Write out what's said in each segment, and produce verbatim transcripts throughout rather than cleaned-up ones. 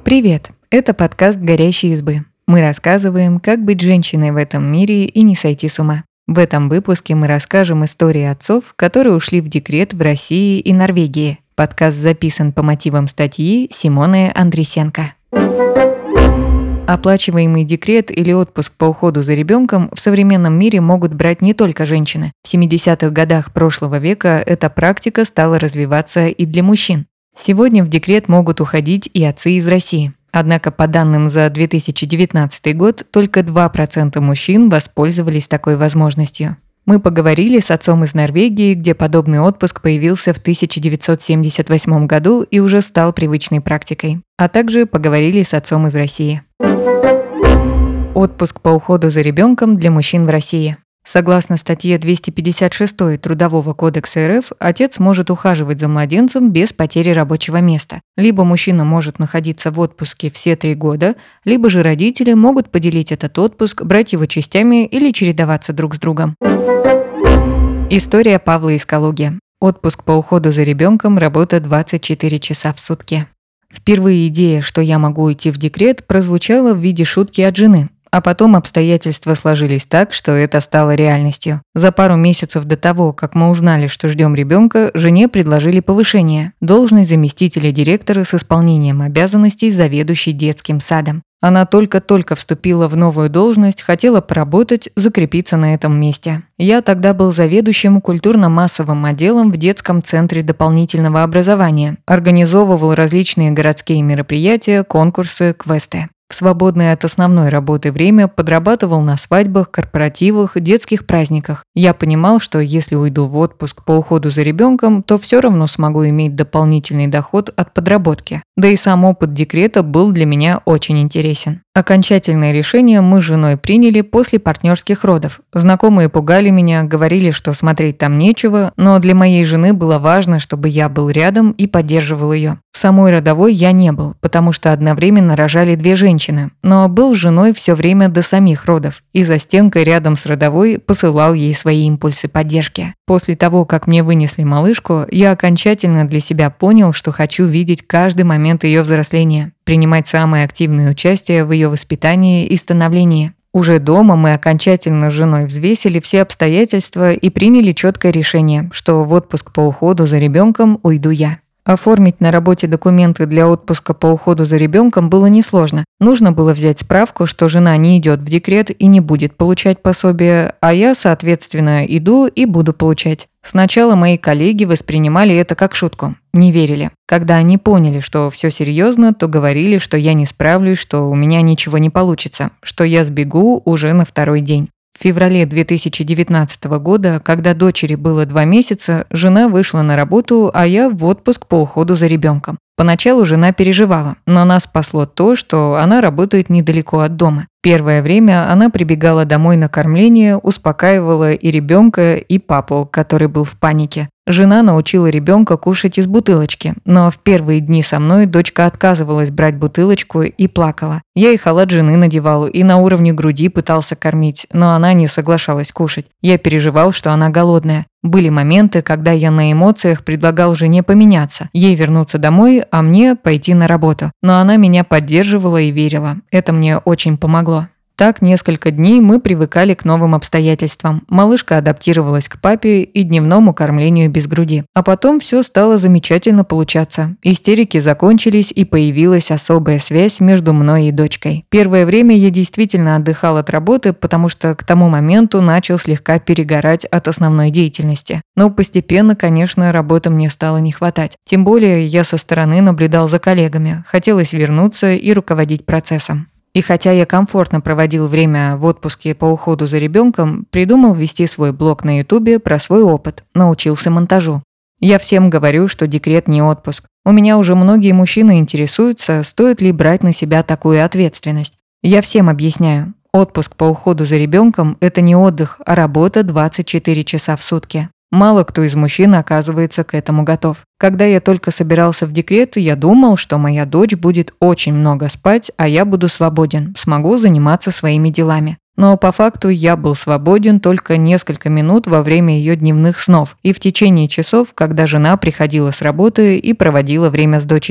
Привет! Это подкаст «Горящие избы». Мы рассказываем, как быть женщиной в этом мире и не сойти с ума. В этом выпуске мы расскажем истории отцов, которые ушли в декрет в России и Норвегии. Подкаст записан по мотивам статьи Симоны Андресенко. Оплачиваемый декрет или отпуск по уходу за ребенком в современном мире могут брать не только женщины. В семидесятых годах прошлого века эта практика стала развиваться и для мужчин. Сегодня в декрет могут уходить и отцы из России. Однако по данным за две тысячи девятнадцатый год только два процента мужчин воспользовались такой возможностью. Мы поговорили с отцом из Норвегии, где подобный отпуск появился в тысяча девятьсот семьдесят восьмом году и уже стал привычной практикой. А также поговорили с отцом из России. Отпуск по уходу за ребенком для мужчин в России. Согласно статье двести пятьдесят шесть Трудового кодекса РФ, отец может ухаживать за младенцем без потери рабочего места. Либо мужчина может находиться в отпуске все три года, либо же родители могут поделить этот отпуск, брать его частями или чередоваться друг с другом. История Павла из Калуги. Отпуск по уходу за ребенком, работа двадцать четыре часа в сутки. Впервые идея, что я могу уйти в декрет, прозвучала в виде шутки от жены. А потом обстоятельства сложились так, что это стало реальностью. За пару месяцев до того, как мы узнали, что ждем ребенка, жене предложили повышение – должность заместителя директора с исполнением обязанностей заведующей детским садом. Она только-только вступила в новую должность, хотела поработать, закрепиться на этом месте. Я тогда был заведующим культурно-массовым отделом в детском центре дополнительного образования, организовывал различные городские мероприятия, конкурсы, квесты. В свободное от основной работы время подрабатывал на свадьбах, корпоративах, детских праздниках. Я понимал, что если уйду в отпуск по уходу за ребенком, то все равно смогу иметь дополнительный доход от подработки. Да и сам опыт декрета был для меня очень интересен. Окончательное решение мы с женой приняли после партнерских родов. Знакомые пугали меня, говорили, что смотреть там нечего, но для моей жены было важно, чтобы я был рядом и поддерживал ее. В самой родовой я не был, потому что одновременно рожали две женщины, но был с женой все время до самих родов и за стенкой рядом с родовой посылал ей свои импульсы поддержки. После того, как мне вынесли малышку, я окончательно для себя понял, что хочу видеть каждый момент ее взросления, принимать самое активное участие в ее воспитании и становлении. Уже дома мы окончательно с женой взвесили все обстоятельства и приняли четкое решение, что в отпуск по уходу за ребенком уйду я. Оформить на работе документы для отпуска по уходу за ребенком было несложно. Нужно было взять справку, что жена не идет в декрет и не будет получать пособие, а я, соответственно, иду и буду получать. Сначала мои коллеги воспринимали это как шутку, не верили. Когда они поняли, что все серьезно, то говорили, что я не справлюсь, что у меня ничего не получится, что я сбегу уже на второй день. В феврале две тысячи девятнадцатого года, когда дочери было два месяца, жена вышла на работу, а я в отпуск по уходу за ребенком. Поначалу жена переживала, но нас спасло то, что она работает недалеко от дома. Первое время она прибегала домой на кормление, успокаивала и ребенка, и папу, который был в панике. Жена научила ребенка кушать из бутылочки, но в первые дни со мной дочка отказывалась брать бутылочку и плакала. Я и халат жены надевал, и на уровне груди пытался кормить, но она не соглашалась кушать. Я переживал, что она голодная. Были моменты, когда я на эмоциях предлагал жене поменяться, ей вернуться домой, а мне пойти на работу. Но она меня поддерживала и верила. Это мне очень помогло. Так несколько дней мы привыкали к новым обстоятельствам. Малышка адаптировалась к папе и дневному кормлению без груди. А потом все стало замечательно получаться. Истерики закончились, и появилась особая связь между мной и дочкой. Первое время я действительно отдыхал от работы, потому что к тому моменту начал слегка перегорать от основной деятельности. Но постепенно, конечно, работы мне стало не хватать. Тем более я со стороны наблюдал за коллегами. Хотелось вернуться и руководить процессом. И хотя я комфортно проводил время в отпуске по уходу за ребенком, придумал вести свой блог на Ютубе про свой опыт, научился монтажу. Я всем говорю, что декрет не отпуск. У меня уже многие мужчины интересуются, стоит ли брать на себя такую ответственность. Я всем объясняю, отпуск по уходу за ребенком – это не отдых, а работа двадцать четыре часа в сутки. Мало кто из мужчин оказывается к этому готов. Когда я только собирался в декрет, я думал, что моя дочь будет очень много спать, а я буду свободен, смогу заниматься своими делами. Но по факту я был свободен только несколько минут во время ее дневных снов и в течение часов, когда жена приходила с работы и проводила время с дочерью.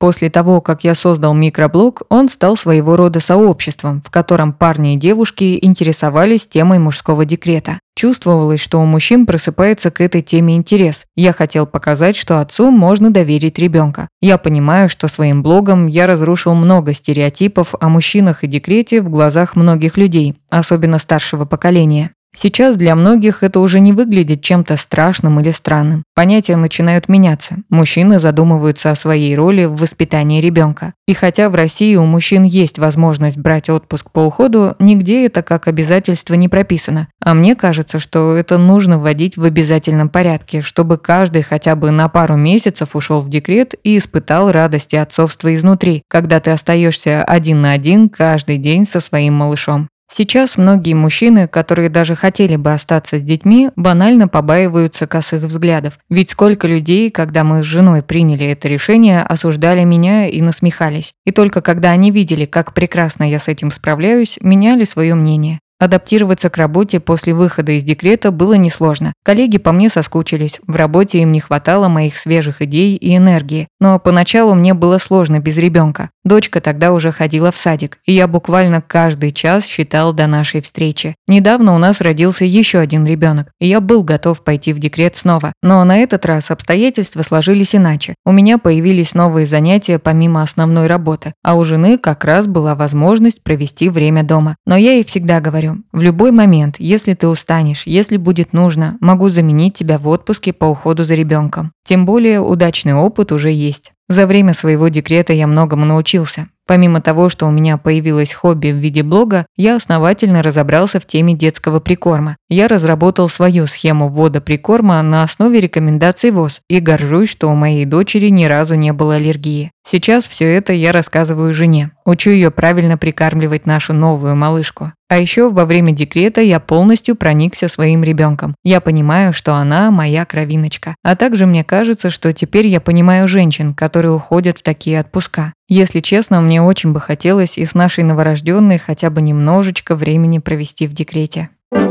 После того, как я создал микроблог, он стал своего рода сообществом, в котором парни и девушки интересовались темой мужского декрета. Чувствовалось, что у мужчин просыпается к этой теме интерес. Я хотел показать, что отцу можно доверить ребенка. Я понимаю, что своим блогом я разрушил много стереотипов о мужчинах и декрете в глазах многих людей, особенно старшего поколения. Сейчас для многих это уже не выглядит чем-то страшным или странным. Понятия начинают меняться. Мужчины задумываются о своей роли в воспитании ребенка. И хотя в России у мужчин есть возможность брать отпуск по уходу, нигде это как обязательство не прописано. А мне кажется, что это нужно вводить в обязательном порядке, чтобы каждый хотя бы на пару месяцев ушел в декрет и испытал радости отцовства изнутри, когда ты остаешься один на один каждый день со своим малышом. Сейчас многие мужчины, которые даже хотели бы остаться с детьми, банально побаиваются косых взглядов. Ведь сколько людей, когда мы с женой приняли это решение, осуждали меня и насмехались. И только когда они видели, как прекрасно я с этим справляюсь, меняли свое мнение. Адаптироваться к работе после выхода из декрета было несложно. Коллеги по мне соскучились, в работе им не хватало моих свежих идей и энергии. Но поначалу мне было сложно без ребенка. Дочка тогда уже ходила в садик, и я буквально каждый час считал до нашей встречи. Недавно у нас родился еще один ребенок, и я был готов пойти в декрет снова. Но на этот раз обстоятельства сложились иначе. У меня появились новые занятия помимо основной работы, а у жены как раз была возможность провести время дома. Но я ей всегда говорю: в любой момент, если ты устанешь, если будет нужно, могу заменить тебя в отпуске по уходу за ребенком. Тем более удачный опыт уже есть. За время своего декрета я многому научился. Помимо того, что у меня появилось хобби в виде блога, я основательно разобрался в теме детского прикорма. Я разработал свою схему ввода прикорма на основе рекомендаций ВОЗ и горжусь, что у моей дочери ни разу не было аллергии. Сейчас все это я рассказываю жене. Учу ее правильно прикармливать нашу новую малышку. А еще во время декрета я полностью проникся своим ребенком. Я понимаю, что она моя кровиночка. А также мне кажется, что теперь я понимаю женщин, которые уходят в такие отпуска. Если честно, мне очень бы хотелось и с нашей новорожденной хотя бы немножечко времени провести в декрете.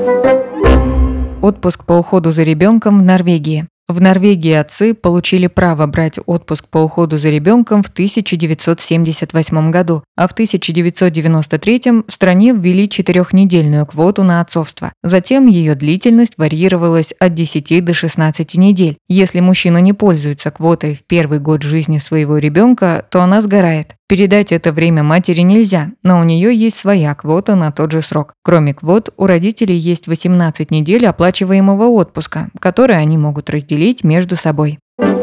Отпуск по уходу за ребенком в Норвегии. В Норвегии отцы получили право брать отпуск по уходу за ребенком в тысяча девятьсот семьдесят восьмом году, а в тысяча девятьсот девяносто третьем в стране ввели четырехнедельную квоту на отцовство. Затем ее длительность варьировалась от десяти до шестнадцати недель. Если мужчина не пользуется квотой в первый год жизни своего ребенка, то она сгорает. Передать это время матери нельзя, но у нее есть своя квота на тот же срок. Кроме квот, у родителей есть восемнадцать недель оплачиваемого отпуска, которые они могут разделить между собой.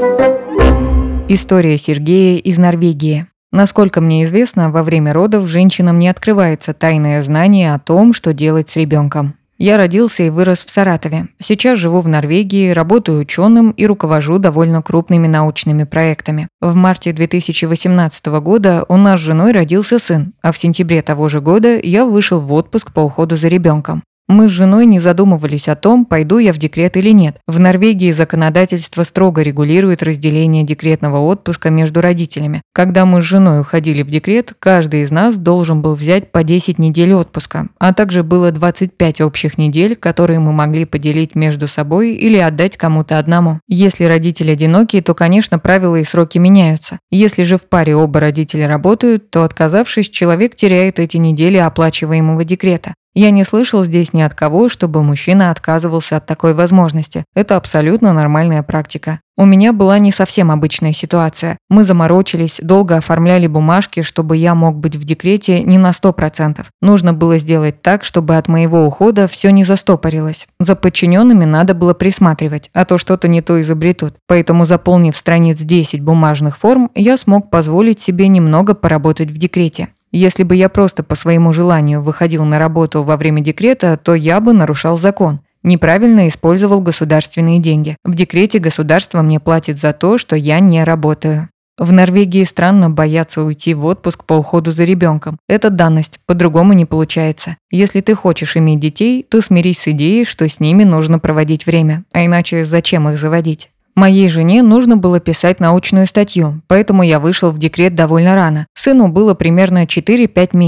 История Сергея из Норвегии. Насколько мне известно, во время родов женщинам не открывается тайное знание о том, что делать с ребенком. Я родился и вырос в Саратове. Сейчас живу в Норвегии, работаю ученым и руковожу довольно крупными научными проектами. В марте две тысячи восемнадцатого года у нас с женой родился сын, а в сентябре того же года я вышел в отпуск по уходу за ребенком. Мы с женой не задумывались о том, пойду я в декрет или нет. В Норвегии законодательство строго регулирует разделение декретного отпуска между родителями. Когда мы с женой уходили в декрет, каждый из нас должен был взять по десять недель отпуска, а также было двадцать пять общих недель, которые мы могли поделить между собой или отдать кому-то одному. Если родители одинокие, то, конечно, правила и сроки меняются. Если же в паре оба родителя работают, то, отказавшись, человек теряет эти недели оплачиваемого декрета. Я не слышал здесь ни от кого, чтобы мужчина отказывался от такой возможности. Это абсолютно нормальная практика. У меня была не совсем обычная ситуация. Мы заморочились, долго оформляли бумажки, чтобы я мог быть в декрете не на сто процентов. Нужно было сделать так, чтобы от моего ухода все не застопорилось. За подчиненными надо было присматривать, а то что-то не то изобретут. Поэтому, заполнив страниц десять бумажных форм, я смог позволить себе немного поработать в декрете. Если бы я просто по своему желанию выходил на работу во время декрета, то я бы нарушал закон. Неправильно использовал государственные деньги. В декрете государство мне платит за то, что я не работаю. В Норвегии странно бояться уйти в отпуск по уходу за ребенком. Это данность, по-другому не получается. Если ты хочешь иметь детей, то смирись с идеей, что с ними нужно проводить время. А иначе зачем их заводить? Моей жене нужно было писать научную статью, поэтому я вышел в декрет довольно рано. Сыну было примерно четыре-пять месяцев.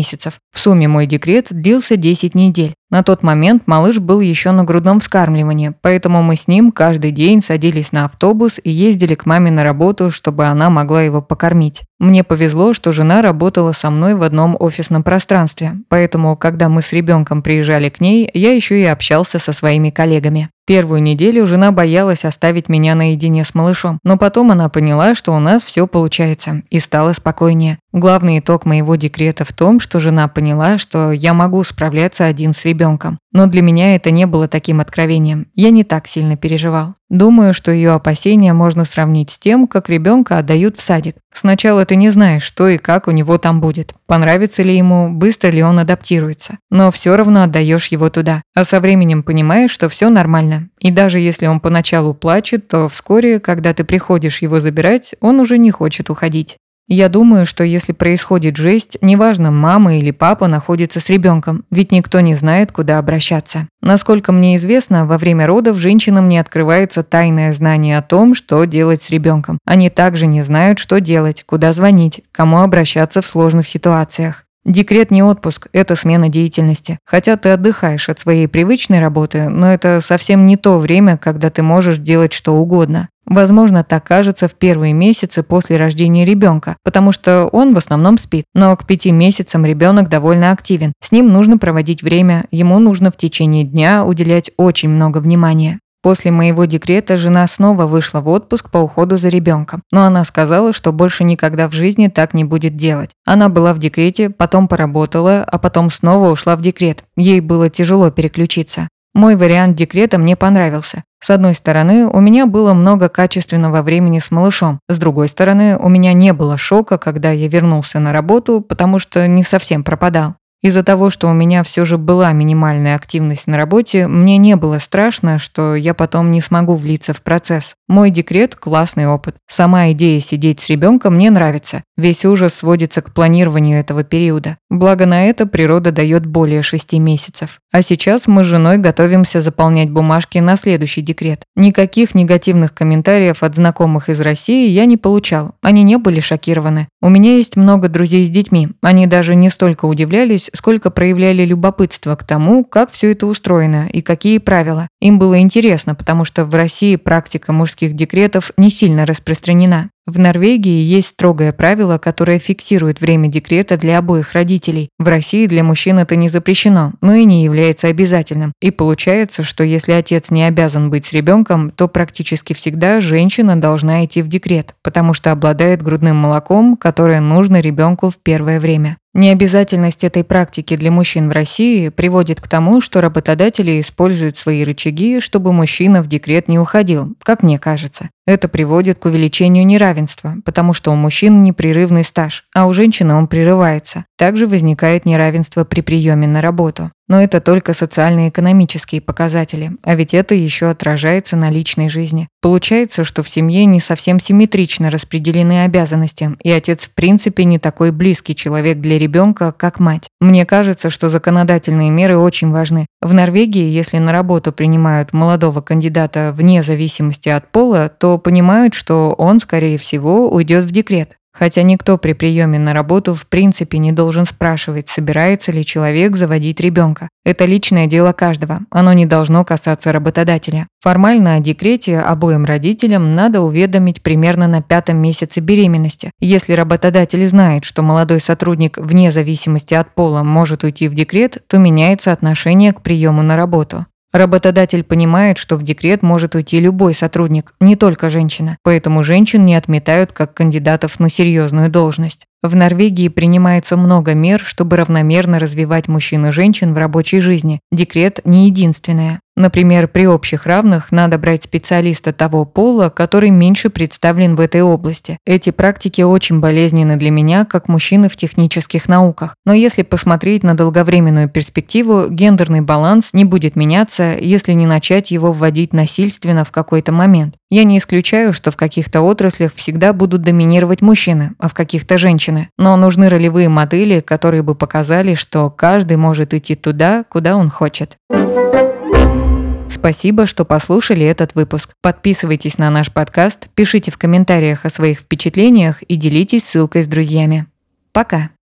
В сумме мой декрет длился десять недель. На тот момент малыш был еще на грудном вскармливании, поэтому мы с ним каждый день садились на автобус и ездили к маме на работу, чтобы она могла его покормить. Мне повезло, что жена работала со мной в одном офисном пространстве, поэтому, когда мы с ребенком приезжали к ней, я еще и общался со своими коллегами. Первую неделю жена боялась оставить меня наедине с малышом, но потом она поняла, что у нас все получается, и стала спокойнее. Главный итог моего декрета в том, что жена поняла, что я могу справляться один с ребенком. Но для меня это не было таким откровением. Я не так сильно переживал. Думаю, что ее опасения можно сравнить с тем, как ребенка отдают в садик. Сначала ты не знаешь, что и как у него там будет, понравится ли ему, быстро ли он адаптируется. Но все равно отдаешь его туда. А со временем понимаешь, что все нормально. И даже если он поначалу плачет, то вскоре, когда ты приходишь его забирать, он уже не хочет уходить. Я думаю, что если происходит жесть, неважно, мама или папа находится с ребенком, ведь никто не знает, куда обращаться. Насколько мне известно, во время родов женщинам не открывается тайное знание о том, что делать с ребенком. Они также не знают, что делать, куда звонить, кому обращаться в сложных ситуациях. Декрет не отпуск, это смена деятельности. Хотя ты отдыхаешь от своей привычной работы, но это совсем не то время, когда ты можешь делать что угодно. Возможно, так кажется в первые месяцы после рождения ребенка, потому что он в основном спит. Но к пяти месяцам ребенок довольно активен. С ним нужно проводить время, ему нужно в течение дня уделять очень много внимания. После моего декрета жена снова вышла в отпуск по уходу за ребенком, но она сказала, что больше никогда в жизни так не будет делать. Она была в декрете, потом поработала, а потом снова ушла в декрет. Ей было тяжело переключиться. Мой вариант декрета мне понравился. С одной стороны, у меня было много качественного времени с малышом. С другой стороны, у меня не было шока, когда я вернулся на работу, потому что не совсем пропадал. Из-за того, что у меня все же была минимальная активность на работе, мне не было страшно, что я потом не смогу влиться в процесс. Мой декрет – классный опыт. Сама идея сидеть с ребенком мне нравится. Весь ужас сводится к планированию этого периода. Благо на это природа дает более шести месяцев. А сейчас мы с женой готовимся заполнять бумажки на следующий декрет. Никаких негативных комментариев от знакомых из России я не получал. Они не были шокированы. У меня есть много друзей с детьми. Они даже не столько удивлялись, сколько проявляли любопытство к тому, как все это устроено и какие правила. Им было интересно, потому что в России практика мужских декретов не сильно распространена. В Норвегии есть строгое правило, которое фиксирует время декрета для обоих родителей. В России для мужчин это не запрещено, но и не является обязательным. И получается, что если отец не обязан быть с ребенком, то практически всегда женщина должна идти в декрет, потому что обладает грудным молоком, которое нужно ребенку в первое время. Необязательность этой практики для мужчин в России приводит к тому, что работодатели используют свои рычаги, чтобы мужчина в декрет не уходил, как мне кажется. Это приводит к увеличению неравенства, потому что у мужчин непрерывный стаж, а у женщины он прерывается. Также возникает неравенство при приеме на работу. Но это только социально-экономические показатели, а ведь это еще отражается на личной жизни. Получается, что в семье не совсем симметрично распределены обязанности, и отец в принципе не такой близкий человек для ребенка, как мать. Мне кажется, что законодательные меры очень важны. В Норвегии, если на работу принимают молодого кандидата вне зависимости от пола, то понимают, что он, скорее всего, уйдет в декрет. Хотя никто при приеме на работу в принципе не должен спрашивать, собирается ли человек заводить ребенка. Это личное дело каждого, оно не должно касаться работодателя. Формально о декрете обоим родителям надо уведомить примерно на пятом месяце беременности. Если работодатель знает, что молодой сотрудник вне зависимости от пола может уйти в декрет, то меняется отношение к приему на работу. Работодатель понимает, что в декрет может уйти любой сотрудник, не только женщина, поэтому женщин не отметают как кандидатов на серьезную должность. В Норвегии принимается много мер, чтобы равномерно развивать мужчин и женщин в рабочей жизни. Декрет не единственное. Например, при общих равных надо брать специалиста того пола, который меньше представлен в этой области. Эти практики очень болезненны для меня, как мужчины в технических науках. Но если посмотреть на долговременную перспективу, гендерный баланс не будет меняться, если не начать его вводить насильственно в какой-то момент. Я не исключаю, что в каких-то отраслях всегда будут доминировать мужчины, а в каких-то женщины. Но нужны ролевые модели, которые бы показали, что каждый может идти туда, куда он хочет. Спасибо, что послушали этот выпуск. Подписывайтесь на наш подкаст, пишите в комментариях о своих впечатлениях и делитесь ссылкой с друзьями. Пока!